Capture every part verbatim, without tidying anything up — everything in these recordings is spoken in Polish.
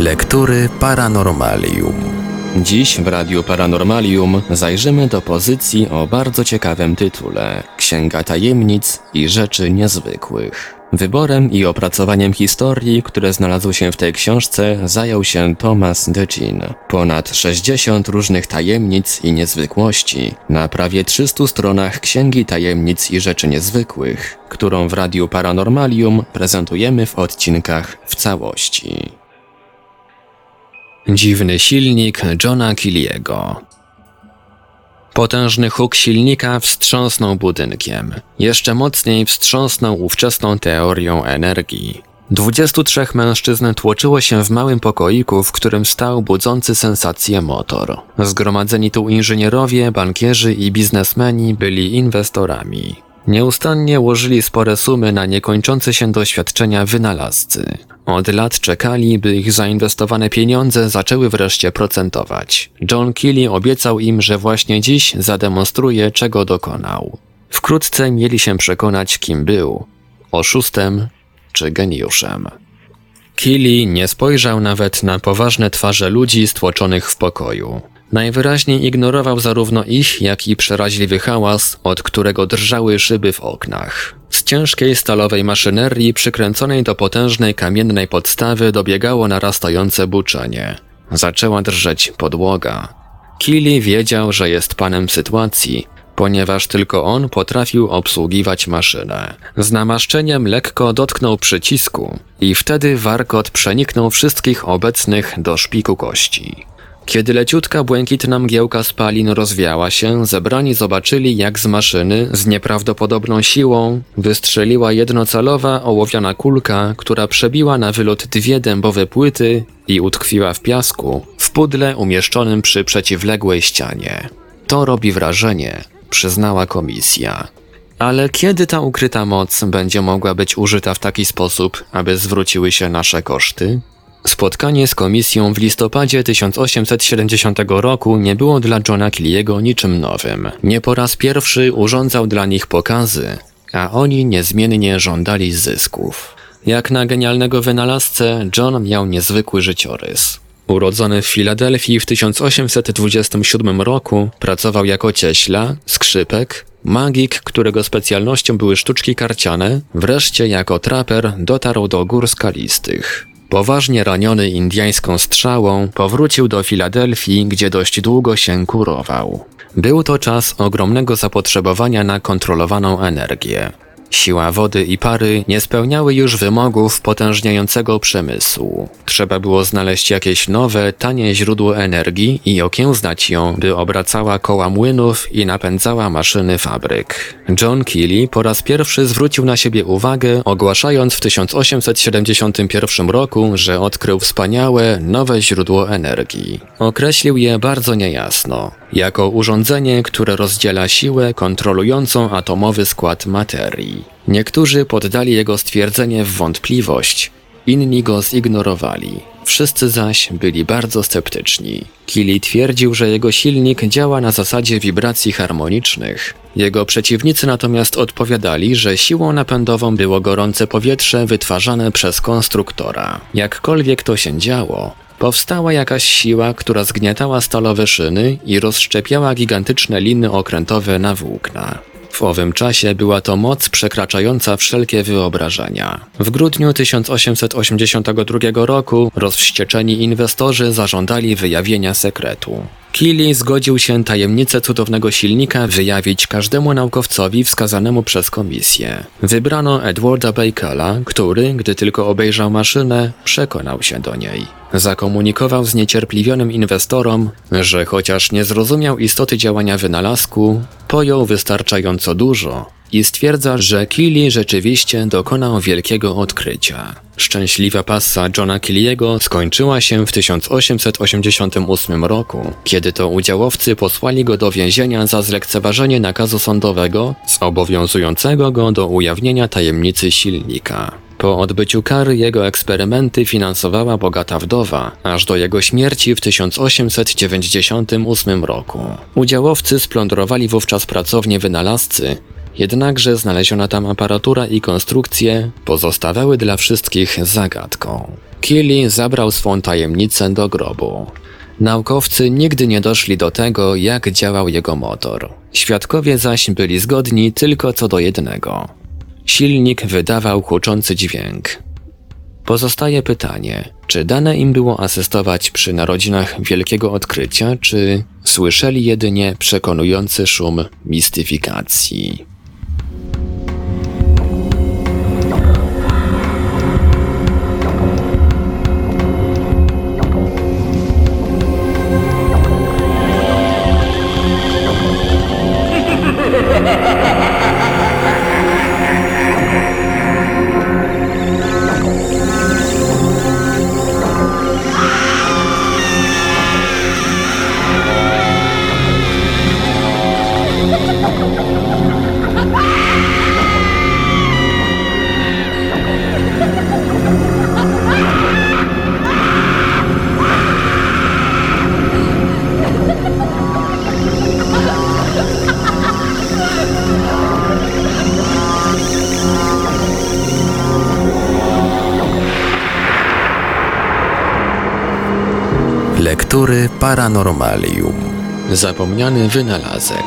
Lektury Paranormalium. Dziś w Radiu Paranormalium zajrzymy do pozycji o bardzo ciekawym tytule Księga Tajemnic i Rzeczy Niezwykłych. Wyborem i opracowaniem historii, które znalazły się w tej książce, zajął się Thomas DeJean. Ponad sześćdziesiąt różnych tajemnic i niezwykłości na prawie trzystu stronach Księgi Tajemnic i Rzeczy Niezwykłych, którą w Radiu Paranormalium prezentujemy w odcinkach w całości. Dziwny silnik Johna Keely'ego. Potężny huk silnika wstrząsnął budynkiem. Jeszcze mocniej wstrząsnął ówczesną teorią energii. Dwudziestu trzech mężczyzn tłoczyło się w małym pokoiku, w którym stał budzący sensację motor. Zgromadzeni tu inżynierowie, bankierzy i biznesmeni byli inwestorami. Nieustannie łożyli spore sumy na niekończące się doświadczenia wynalazcy. Od lat czekali, by ich zainwestowane pieniądze zaczęły wreszcie procentować. John Keely obiecał im, że właśnie dziś zademonstruje, czego dokonał. Wkrótce mieli się przekonać, kim był. Oszustem czy geniuszem. Keely nie spojrzał nawet na poważne twarze ludzi stłoczonych w pokoju. Najwyraźniej ignorował zarówno ich, jak i przeraźliwy hałas, od którego drżały szyby w oknach. Z ciężkiej stalowej maszynerii przykręconej do potężnej kamiennej podstawy dobiegało narastające buczenie. Zaczęła drżeć podłoga. Keely wiedział, że jest panem sytuacji, ponieważ tylko on potrafił obsługiwać maszynę. Z namaszczeniem lekko dotknął przycisku i wtedy warkot przeniknął wszystkich obecnych do szpiku kości. Kiedy leciutka błękitna mgiełka spalin rozwiała się, zebrani zobaczyli, jak z maszyny z nieprawdopodobną siłą wystrzeliła jednocalowa ołowiana kulka, która przebiła na wylot dwie dębowe płyty i utkwiła w piasku w pudle umieszczonym przy przeciwległej ścianie. To robi wrażenie, przyznała komisja. Ale kiedy ta ukryta moc będzie mogła być użyta w taki sposób, aby zwróciły się nasze koszty? Spotkanie z komisją w listopadzie tysiąc osiemset siedemdziesiątego roku nie było dla Johna Keely'ego niczym nowym. Nie po raz pierwszy urządzał dla nich pokazy, a oni niezmiennie żądali zysków. Jak na genialnego wynalazcę, John miał niezwykły życiorys. Urodzony w Filadelfii w tysiąc osiemset dwudziestym siódmym roku, pracował jako cieśla, skrzypek, magik, którego specjalnością były sztuczki karciane, wreszcie jako traper dotarł do gór skalistych. Poważnie raniony indyjską strzałą, powrócił do Filadelfii, gdzie dość długo się kurował. Był to czas ogromnego zapotrzebowania na kontrolowaną energię. Siła wody i pary nie spełniały już wymogów potężniającego przemysłu. Trzeba było znaleźć jakieś nowe, tanie źródło energii i okiełznać ją, by obracała koła młynów i napędzała maszyny fabryk. John Keely po raz pierwszy zwrócił na siebie uwagę, ogłaszając w tysiąc osiemset siedemdziesiątym pierwszym roku, że odkrył wspaniałe, nowe źródło energii. Określił je bardzo niejasno, jako urządzenie, które rozdziela siłę kontrolującą atomowy skład materii. Niektórzy poddali jego stwierdzenie w wątpliwość, inni go zignorowali. Wszyscy zaś byli bardzo sceptyczni. Keely twierdził, że jego silnik działa na zasadzie wibracji harmonicznych. Jego przeciwnicy natomiast odpowiadali, że siłą napędową było gorące powietrze wytwarzane przez konstruktora. Jakkolwiek to się działo, powstała jakaś siła, która zgniatała stalowe szyny i rozszczepiała gigantyczne liny okrętowe na włókna. W owym czasie była to moc przekraczająca wszelkie wyobrażenia. W grudniu tysiąc osiemset osiemdziesiątego drugiego roku rozwścieczeni inwestorzy zażądali wyjawienia sekretu. Keely zgodził się tajemnicę cudownego silnika wyjawić każdemu naukowcowi wskazanemu przez komisję. Wybrano Edwarda Bakela, który, gdy tylko obejrzał maszynę, przekonał się do niej. Zakomunikował zniecierpliwionym inwestorom, że chociaż nie zrozumiał istoty działania wynalazku, pojął wystarczająco dużo i stwierdza, że Keely rzeczywiście dokonał wielkiego odkrycia. Szczęśliwa passa Johna Keely'ego skończyła się w tysiąc osiemset osiemdziesiątym ósmym roku, kiedy to udziałowcy posłali go do więzienia za zlekceważenie nakazu sądowego zobowiązującego go do ujawnienia tajemnicy silnika. Po odbyciu kary jego eksperymenty finansowała bogata wdowa, aż do jego śmierci w tysiąc osiemset dziewięćdziesiątym ósmym roku. Udziałowcy splądrowali wówczas pracownię wynalazcy, jednakże znaleziona tam aparatura i konstrukcje pozostawały dla wszystkich zagadką. Keely zabrał swą tajemnicę do grobu. Naukowcy nigdy nie doszli do tego, jak działał jego motor. Świadkowie zaś byli zgodni tylko co do jednego. Silnik wydawał huczący dźwięk. Pozostaje pytanie, czy dane im było asystować przy narodzinach wielkiego odkrycia, czy słyszeli jedynie przekonujący szum mistyfikacji. Lektury Paranormalium. Zapomniany wynalazek.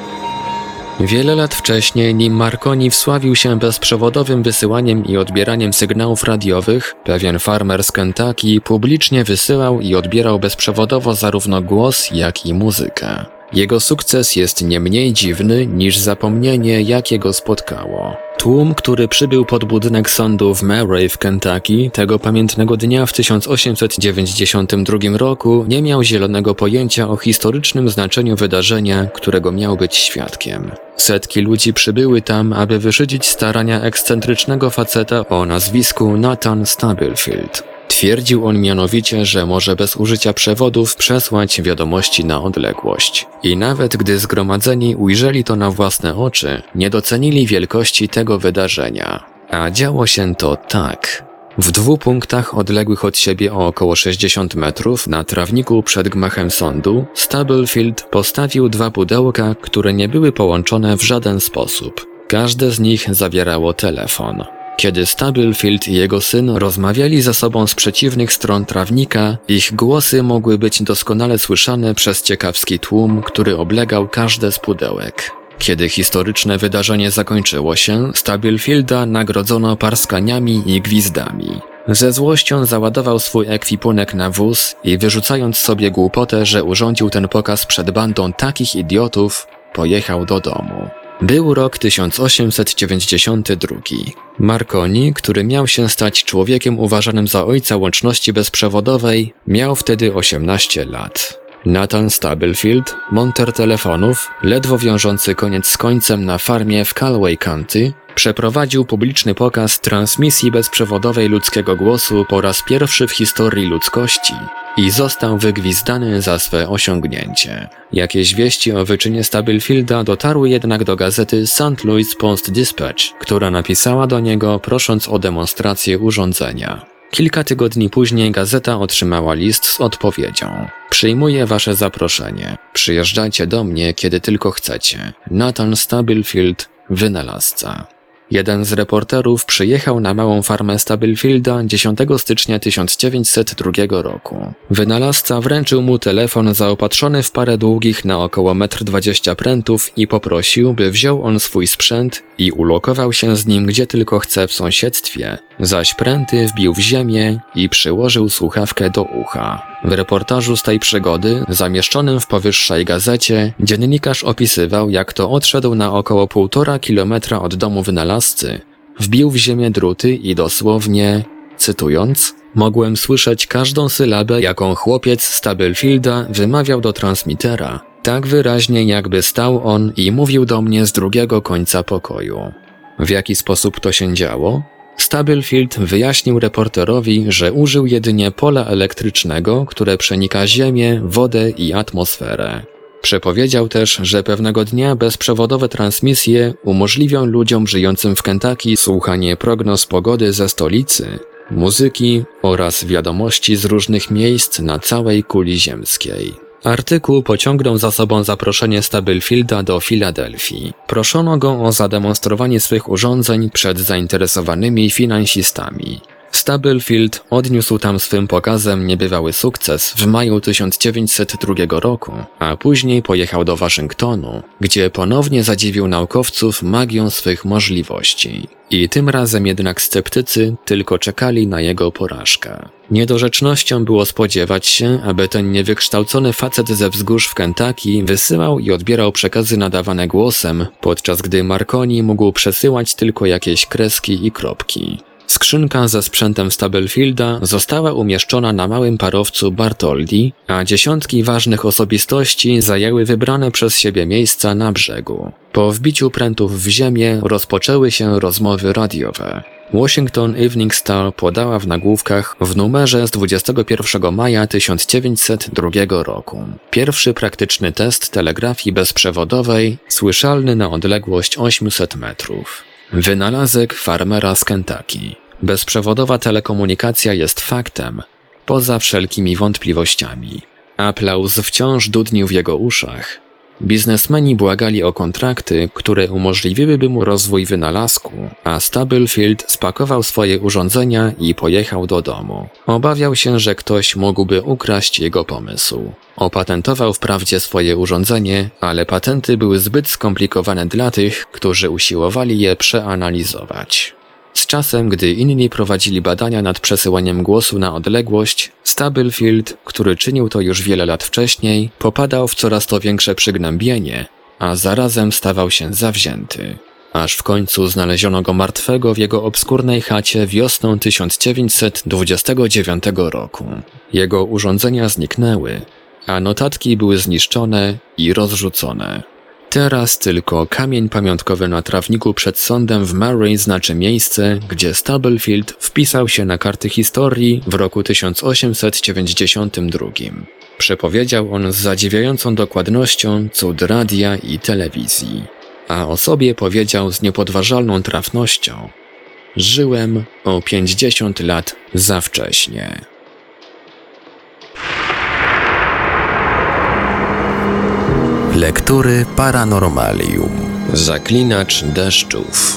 Wiele lat wcześniej, nim Marconi wsławił się bezprzewodowym wysyłaniem i odbieraniem sygnałów radiowych, pewien farmer z Kentucky publicznie wysyłał i odbierał bezprzewodowo zarówno głos, jak i muzykę. Jego sukces jest nie mniej dziwny niż zapomnienie, jakie go spotkało. Tłum, który przybył pod budynek sądu w Murray w Kentucky tego pamiętnego dnia w tysiąc osiemset dziewięćdziesiątym drugim roku nie miał zielonego pojęcia o historycznym znaczeniu wydarzenia, którego miał być świadkiem. Setki ludzi przybyły tam, aby wyszydzić starania ekscentrycznego faceta o nazwisku Nathan Stubblefield. Twierdził on mianowicie, że może bez użycia przewodów przesłać wiadomości na odległość. I nawet gdy zgromadzeni ujrzeli to na własne oczy, nie docenili wielkości tego wydarzenia. A działo się to tak. W dwóch punktach odległych od siebie o około sześćdziesiąt metrów na trawniku przed gmachem sądu Stubblefield postawił dwa pudełka, które nie były połączone w żaden sposób. Każde z nich zawierało telefon. Kiedy Stubblefield i jego syn rozmawiali ze sobą z przeciwnych stron trawnika, ich głosy mogły być doskonale słyszane przez ciekawski tłum, który oblegał każde z pudełek. Kiedy historyczne wydarzenie zakończyło się, Stubblefielda nagrodzono parskaniami i gwizdami. Ze złością załadował swój ekwipunek na wóz i wyrzucając sobie głupotę, że urządził ten pokaz przed bandą takich idiotów, pojechał do domu. Był rok tysiąc osiemset dziewięćdziesiąty drugi. Marconi, który miał się stać człowiekiem uważanym za ojca łączności bezprzewodowej, miał wtedy osiemnaście lat. Nathan Stubblefield, monter telefonów, ledwo wiążący koniec z końcem na farmie w Callaway County, przeprowadził publiczny pokaz transmisji bezprzewodowej ludzkiego głosu po raz pierwszy w historii ludzkości i został wygwizdany za swe osiągnięcie. Jakieś wieści o wyczynie Stubblefielda dotarły jednak do gazety Saint Louis Post-Dispatch, która napisała do niego prosząc o demonstrację urządzenia. Kilka tygodni później gazeta otrzymała list z odpowiedzią. Przyjmuję wasze zaproszenie. Przyjeżdżajcie do mnie, kiedy tylko chcecie. Nathan Stubblefield, wynalazca. Jeden z reporterów przyjechał na małą farmę Stubblefielda dziesiątego stycznia tysiąc dziewięćset drugiego roku. Wynalazca wręczył mu telefon zaopatrzony w parę długich na około metr dwadzieścia prętów i poprosił, by wziął on swój sprzęt i ulokował się z nim gdzie tylko chce w sąsiedztwie, zaś pręty wbił w ziemię i przyłożył słuchawkę do ucha. W reportażu z tej przygody, zamieszczonym w powyższej gazecie, dziennikarz opisywał, jak to odszedł na około półtora kilometra od domu wynalazcy, wbił w ziemię druty i dosłownie, cytując, mogłem słyszeć każdą sylabę, jaką chłopiec Stubblefielda wymawiał do transmitera, tak wyraźnie jakby stał on i mówił do mnie z drugiego końca pokoju. W jaki sposób to się działo? Stubblefield wyjaśnił reporterowi, że użył jedynie pola elektrycznego, które przenika ziemię, wodę i atmosferę. Przepowiedział też, że pewnego dnia bezprzewodowe transmisje umożliwią ludziom żyjącym w Kentucky słuchanie prognoz pogody ze stolicy, muzyki oraz wiadomości z różnych miejsc na całej kuli ziemskiej. Artykuł pociągnął za sobą zaproszenie Stubblefielda do Filadelfii. Proszono go o zademonstrowanie swych urządzeń przed zainteresowanymi finansistami. Stubblefield odniósł tam swym pokazem niebywały sukces w maju tysiąc dziewięćset drugiego roku, a później pojechał do Waszyngtonu, gdzie ponownie zadziwił naukowców magią swych możliwości. I tym razem jednak sceptycy tylko czekali na jego porażkę. Niedorzecznością było spodziewać się, aby ten niewykształcony facet ze wzgórz w Kentucky wysyłał i odbierał przekazy nadawane głosem, podczas gdy Marconi mógł przesyłać tylko jakieś kreski i kropki. Skrzynka ze sprzętem Stubblefielda została umieszczona na małym parowcu Bartholdi, a dziesiątki ważnych osobistości zajęły wybrane przez siebie miejsca na brzegu. Po wbiciu prętów w ziemię rozpoczęły się rozmowy radiowe. Washington Evening Star podała w nagłówkach w numerze z dwudziestego pierwszego maja tysiąc dziewięćset drugiego roku. Pierwszy praktyczny test telegrafii bezprzewodowej, słyszalny na odległość osiemset metrów. Wynalazek farmera z Kentucky. Bezprzewodowa telekomunikacja jest faktem, poza wszelkimi wątpliwościami. Aplauz wciąż dudnił w jego uszach. Biznesmeni błagali o kontrakty, które umożliwiłyby mu rozwój wynalazku, a Stubblefield spakował swoje urządzenia i pojechał do domu. Obawiał się, że ktoś mógłby ukraść jego pomysł. Opatentował wprawdzie swoje urządzenie, ale patenty były zbyt skomplikowane dla tych, którzy usiłowali je przeanalizować. Z czasem, gdy inni prowadzili badania nad przesyłaniem głosu na odległość, Stubblefield, który czynił to już wiele lat wcześniej, popadał w coraz to większe przygnębienie, a zarazem stawał się zawzięty. Aż w końcu znaleziono go martwego w jego obskurnej chacie wiosną tysiąc dziewięćset dwudziestego dziewiątego roku. Jego urządzenia zniknęły, a notatki były zniszczone i rozrzucone. Teraz tylko kamień pamiątkowy na trawniku przed sądem w Murray znaczy miejsce, gdzie Stubblefield wpisał się na karty historii w roku tysiąc osiemset dziewięćdziesiątym drugim. Przepowiedział on z zadziwiającą dokładnością cud radia i telewizji, a o sobie powiedział z niepodważalną trafnością: żyłem o pięćdziesiąt lat za wcześnie. Lektury Paranormalium. Zaklinacz deszczów.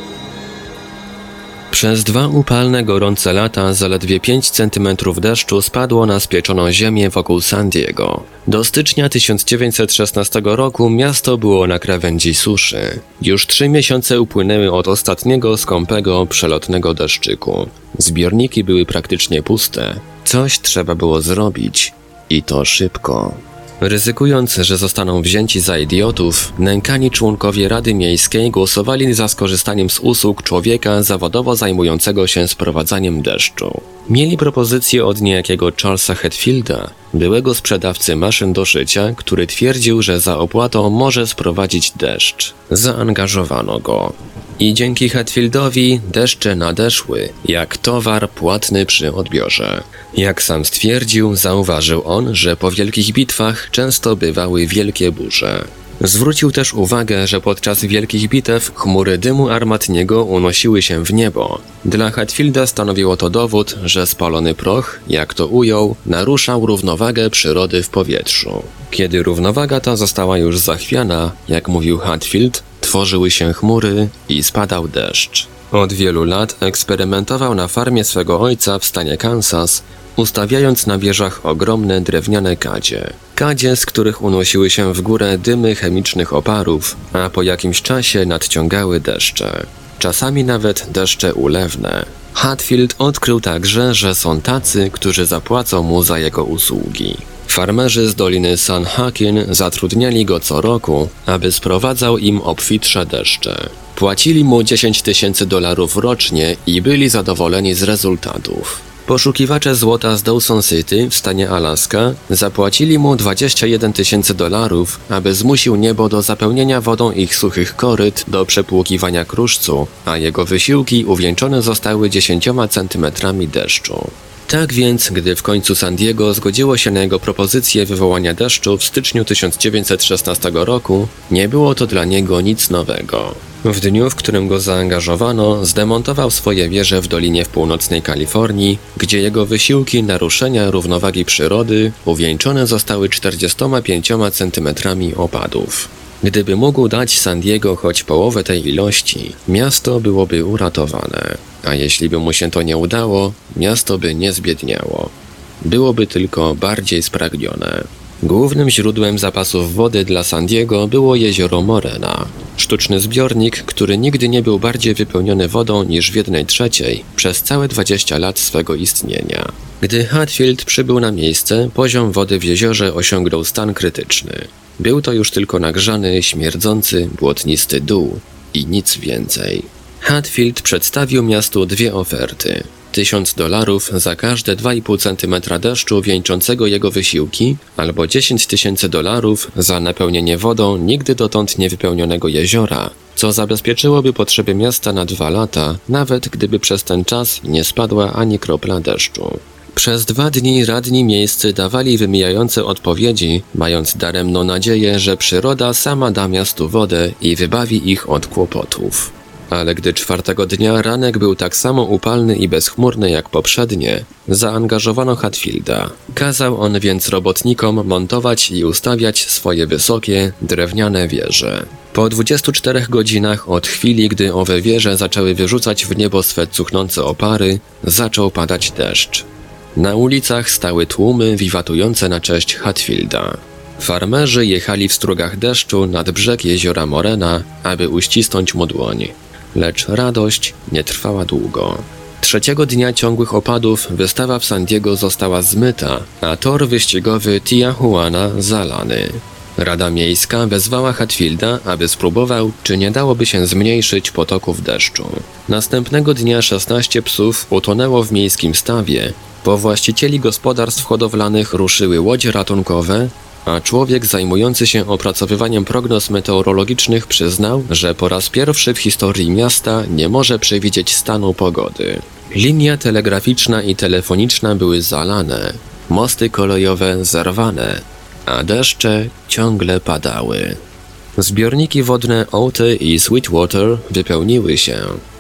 Przez dwa upalne, gorące lata zaledwie pięć centymetrów deszczu spadło na spieczoną ziemię wokół San Diego. Do stycznia tysiąc dziewięćset szesnastego roku miasto było na krawędzi suszy. Już trzy miesiące upłynęły od ostatniego skąpego, przelotnego deszczyku. Zbiorniki były praktycznie puste. Coś trzeba było zrobić. I to szybko. Ryzykując, że zostaną wzięci za idiotów, nękani członkowie Rady Miejskiej głosowali za skorzystaniem z usług człowieka zawodowo zajmującego się sprowadzaniem deszczu. Mieli propozycję od niejakiego Charlesa Hetfielda, byłego sprzedawcy maszyn do szycia, który twierdził, że za opłatą może sprowadzić deszcz. Zaangażowano go. I dzięki Hetfieldowi deszcze nadeszły, jak towar płatny przy odbiorze. Jak sam stwierdził, zauważył on, że po wielkich bitwach często bywały wielkie burze. Zwrócił też uwagę, że podczas wielkich bitew chmury dymu armatniego unosiły się w niebo. Dla Hetfielda stanowiło to dowód, że spalony proch, jak to ujął, naruszał równowagę przyrody w powietrzu. Kiedy równowaga ta została już zachwiana, jak mówił Hetfield, tworzyły się chmury i spadał deszcz. Od wielu lat eksperymentował na farmie swego ojca w stanie Kansas, ustawiając na wieżach ogromne drewniane kadzie. Kadzie, z których unosiły się w górę dymy chemicznych oparów, a po jakimś czasie nadciągały deszcze. Czasami nawet deszcze ulewne. Hetfield odkrył także, że są tacy, którzy zapłacą mu za jego usługi. Farmerzy z Doliny San Joaquin zatrudniali go co roku, aby sprowadzał im obfitsze deszcze. Płacili mu dziesięć tysięcy dolarów rocznie i byli zadowoleni z rezultatów. Poszukiwacze złota z Dawson City w stanie Alaska zapłacili mu dwadzieścia jeden tysięcy dolarów, aby zmusił niebo do zapełnienia wodą ich suchych koryt do przepłukiwania kruszcu, a jego wysiłki uwieńczone zostały dziesięcioma centymetrami deszczu. Tak więc, gdy w końcu San Diego zgodziło się na jego propozycję wywołania deszczu w styczniu tysiąc dziewięćset szesnastego roku, nie było to dla niego nic nowego. W dniu, w którym go zaangażowano, zdemontował swoje wieże w Dolinie w północnej Kalifornii, gdzie jego wysiłki naruszenia równowagi przyrody uwieńczone zostały czterdziestoma pięcioma centymetrami opadów. Gdyby mógł dać San Diego choć połowę tej ilości, miasto byłoby uratowane, a jeśli by mu się to nie udało, miasto by nie zbiedniało. Byłoby tylko bardziej spragnione. Głównym źródłem zapasów wody dla San Diego było jezioro Morena. Sztuczny zbiornik, który nigdy nie był bardziej wypełniony wodą niż w jednej trzeciej przez całe dwadzieścia lat swego istnienia. Gdy Hatfield przybył na miejsce, poziom wody w jeziorze osiągnął stan krytyczny. Był to już tylko nagrzany, śmierdzący, błotnisty dół i nic więcej. Hatfield przedstawił miastu dwie oferty. Tysiąc dolarów za każde dwa i pół centymetra deszczu wieńczącego jego wysiłki, albo dziesięć tysięcy dolarów za napełnienie wodą nigdy dotąd niewypełnionego jeziora, co zabezpieczyłoby potrzeby miasta na dwa lata, nawet gdyby przez ten czas nie spadła ani kropla deszczu. Przez dwa dni radni miejscy dawali wymijające odpowiedzi, mając daremną nadzieję, że przyroda sama da miastu wodę i wybawi ich od kłopotów. Ale gdy czwartego dnia ranek był tak samo upalny i bezchmurny jak poprzednie, zaangażowano Hatfielda. Kazał on więc robotnikom montować i ustawiać swoje wysokie, drewniane wieże. Po dwudziestu czterech godzinach od chwili, gdy owe wieże zaczęły wyrzucać w niebo swe cuchnące opary, zaczął padać deszcz. Na ulicach stały tłumy wiwatujące na cześć Hatfielda. Farmerzy jechali w strugach deszczu nad brzeg jeziora Morena, aby uścisnąć mu dłoń. Lecz radość nie trwała długo. Trzeciego dnia ciągłych opadów wystawa w San Diego została zmyta, a tor wyścigowy Tijuana zalany. Rada Miejska wezwała Hatfielda, aby spróbował, czy nie dałoby się zmniejszyć potoków deszczu. Następnego dnia szesnaście psów utonęło w miejskim stawie. Po właścicieli gospodarstw hodowlanych ruszyły łodzie ratunkowe, a człowiek zajmujący się opracowywaniem prognoz meteorologicznych przyznał, że po raz pierwszy w historii miasta nie może przewidzieć stanu pogody. Linia telegraficzna i telefoniczna były zalane, mosty kolejowe zerwane, a deszcze ciągle padały. Zbiorniki wodne Ote i Sweetwater wypełniły się,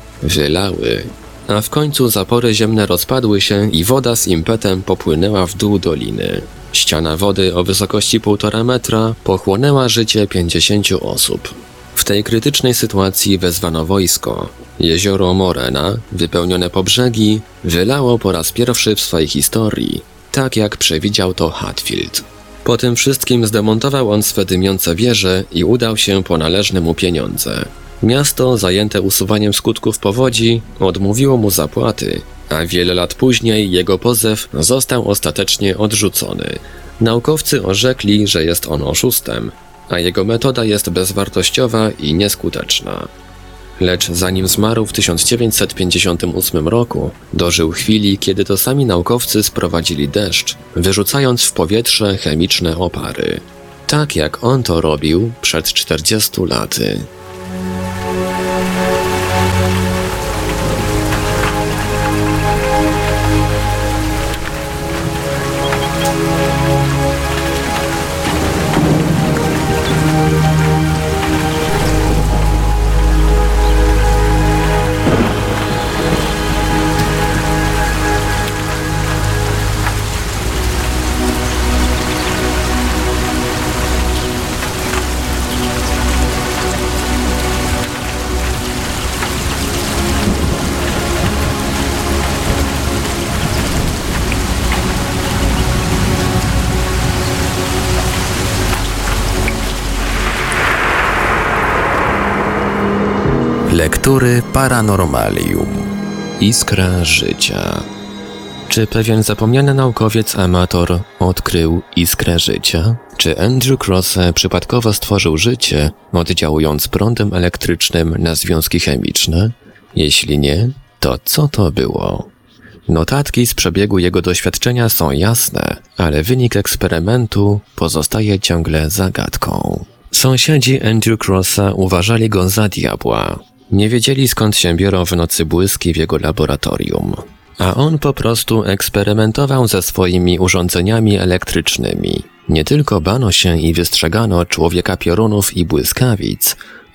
wylały, a w końcu zapory ziemne rozpadły się i woda z impetem popłynęła w dół doliny. Ściana wody o wysokości półtora metra pochłonęła życie pięćdziesięciu osób. W tej krytycznej sytuacji wezwano wojsko. Jezioro Morena, wypełnione po brzegi, wylało po raz pierwszy w swojej historii, tak jak przewidział to Hatfield. Po tym wszystkim zdemontował on swe dymiące wieże i udał się po należne mu pieniądze. Miasto, zajęte usuwaniem skutków powodzi, odmówiło mu zapłaty, a wiele lat później jego pozew został ostatecznie odrzucony. Naukowcy orzekli, że jest on oszustem, a jego metoda jest bezwartościowa i nieskuteczna. Lecz zanim zmarł w tysiąc dziewięćset pięćdziesiątym ósmym roku, dożył chwili, kiedy to sami naukowcy sprowadzili deszcz, wyrzucając w powietrze chemiczne opary. Tak jak on to robił przed czterdziestu laty. Lektury Paranormalium. Iskra życia. Czy pewien zapomniany naukowiec amator odkrył iskrę życia? Czy Andrew Crosse przypadkowo stworzył życie, oddziałując prądem elektrycznym na związki chemiczne? Jeśli nie, to co to było? Notatki z przebiegu jego doświadczenia są jasne, ale wynik eksperymentu pozostaje ciągle zagadką. Sąsiedzi Andrew Crossa uważali go za diabła. Nie wiedzieli, skąd się biorą w nocy błyski w jego laboratorium. A on po prostu eksperymentował ze swoimi urządzeniami elektrycznymi. Nie tylko bano się i wystrzegano człowieka piorunów i błyskawic,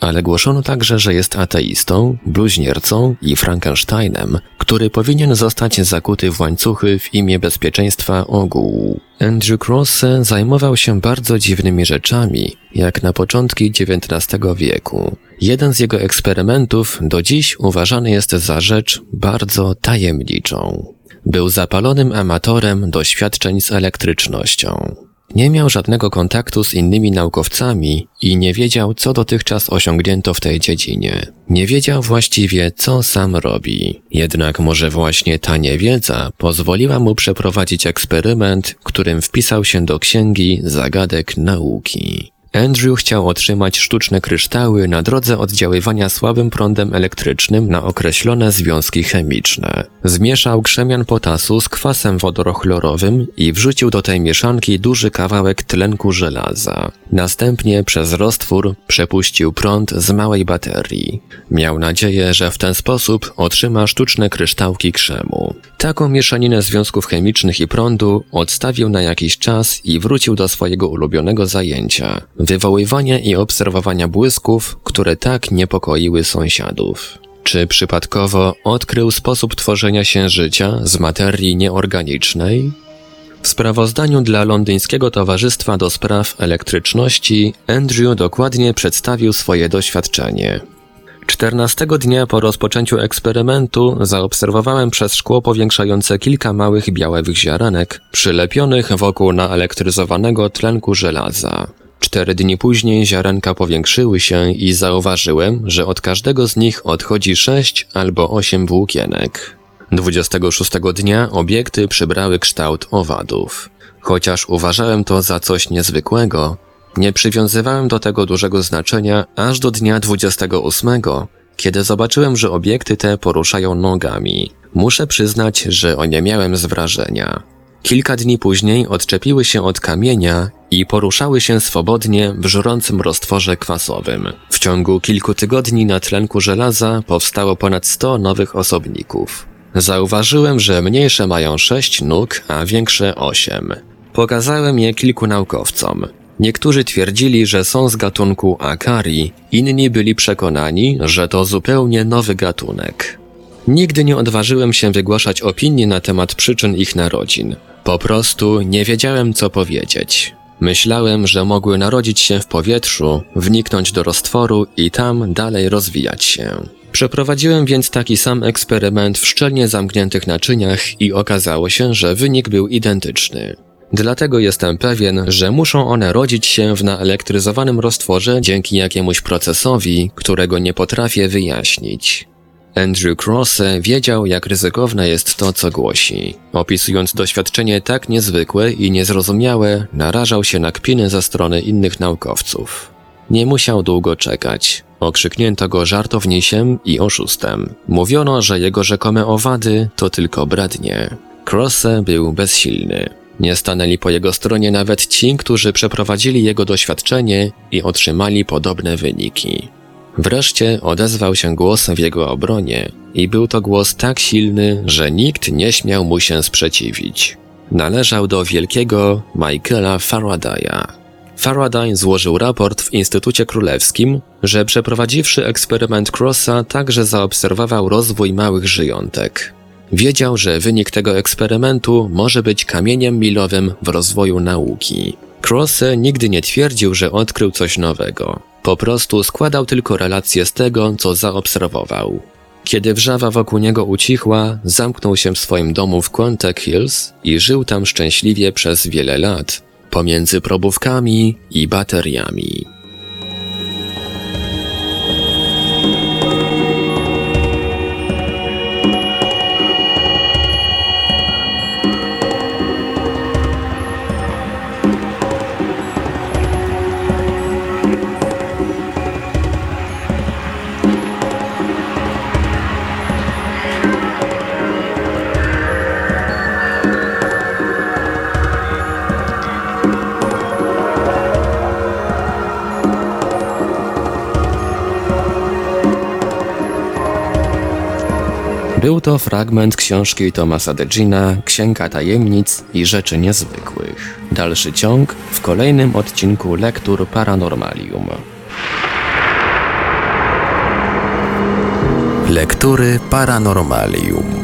ale głoszono także, że jest ateistą, bluźniercą i Frankensteinem, który powinien zostać zakuty w łańcuchy w imię bezpieczeństwa ogółu. Andrew Crosse zajmował się bardzo dziwnymi rzeczami, jak na początki dziewiętnastego wieku. Jeden z jego eksperymentów do dziś uważany jest za rzecz bardzo tajemniczą. Był zapalonym amatorem doświadczeń z elektrycznością. Nie miał żadnego kontaktu z innymi naukowcami i nie wiedział, co dotychczas osiągnięto w tej dziedzinie. Nie wiedział właściwie, co sam robi. Jednak może właśnie ta niewiedza pozwoliła mu przeprowadzić eksperyment, którym wpisał się do księgi zagadek nauki. Andrew chciał otrzymać sztuczne kryształy na drodze oddziaływania słabym prądem elektrycznym na określone związki chemiczne. Zmieszał krzemian potasu z kwasem wodorochlorowym i wrzucił do tej mieszanki duży kawałek tlenku żelaza. Następnie przez roztwór przepuścił prąd z małej baterii. Miał nadzieję, że w ten sposób otrzyma sztuczne kryształki krzemu. Taką mieszaninę związków chemicznych i prądu odstawił na jakiś czas i wrócił do swojego ulubionego zajęcia. Wywoływania i obserwowania błysków, które tak niepokoiły sąsiadów. Czy przypadkowo odkrył sposób tworzenia się życia z materii nieorganicznej? W sprawozdaniu dla Londyńskiego Towarzystwa do Spraw Elektryczności Andrew dokładnie przedstawił swoje doświadczenie. Czternastego dnia po rozpoczęciu eksperymentu zaobserwowałem przez szkło powiększające kilka małych białych ziarenek przylepionych wokół naelektryzowanego tlenku żelaza. Cztery dni później ziarenka powiększyły się i zauważyłem, że od każdego z nich odchodzi sześć albo osiem włókienek. Dwudziestego szóstego dnia obiekty przybrały kształt owadów. Chociaż uważałem to za coś niezwykłego, nie przywiązywałem do tego dużego znaczenia aż do dnia dwudziestego ósmego, kiedy zobaczyłem, że obiekty te poruszają nogami. Muszę przyznać, że oniemiałem z wrażenia. Kilka dni później odczepiły się od kamienia i poruszały się swobodnie w żrącym roztworze kwasowym. W ciągu kilku tygodni na tlenku żelaza powstało ponad sto nowych osobników. Zauważyłem, że mniejsze mają sześć nóg, a większe osiem. Pokazałem je kilku naukowcom. Niektórzy twierdzili, że są z gatunku Akari, inni byli przekonani, że to zupełnie nowy gatunek. Nigdy nie odważyłem się wygłaszać opinii na temat przyczyn ich narodzin. Po prostu nie wiedziałem, co powiedzieć. Myślałem, że mogły narodzić się w powietrzu, wniknąć do roztworu i tam dalej rozwijać się. Przeprowadziłem więc taki sam eksperyment w szczelnie zamkniętych naczyniach i okazało się, że wynik był identyczny. Dlatego jestem pewien, że muszą one rodzić się w naelektryzowanym roztworze dzięki jakiemuś procesowi, którego nie potrafię wyjaśnić. Andrew Crosse wiedział, jak ryzykowne jest to, co głosi. Opisując doświadczenie tak niezwykłe i niezrozumiałe, narażał się na kpiny ze strony innych naukowców. Nie musiał długo czekać. Okrzyknięto go żartownisiem i oszustem. Mówiono, że jego rzekome owady to tylko brednie. Crosse był bezsilny. Nie stanęli po jego stronie nawet ci, którzy przeprowadzili jego doświadczenie i otrzymali podobne wyniki. Wreszcie odezwał się głos w jego obronie i był to głos tak silny, że nikt nie śmiał mu się sprzeciwić. Należał do wielkiego Michaela Faradaya. Faraday złożył raport w Instytucie Królewskim, że przeprowadziwszy eksperyment Crossa także zaobserwował rozwój małych żyjątek. Wiedział, że wynik tego eksperymentu może być kamieniem milowym w rozwoju nauki. Crosse nigdy nie twierdził, że odkrył coś nowego. Po prostu składał tylko relacje z tego, co zaobserwował. Kiedy wrzawa wokół niego ucichła, zamknął się w swoim domu w Quantic Hills i żył tam szczęśliwie przez wiele lat, pomiędzy probówkami i bateriami. Był to fragment książki Thomasa Degina Księga Tajemnic i Rzeczy Niezwykłych. Dalszy ciąg w kolejnym odcinku Lektur Paranormalium. Lektury Paranormalium.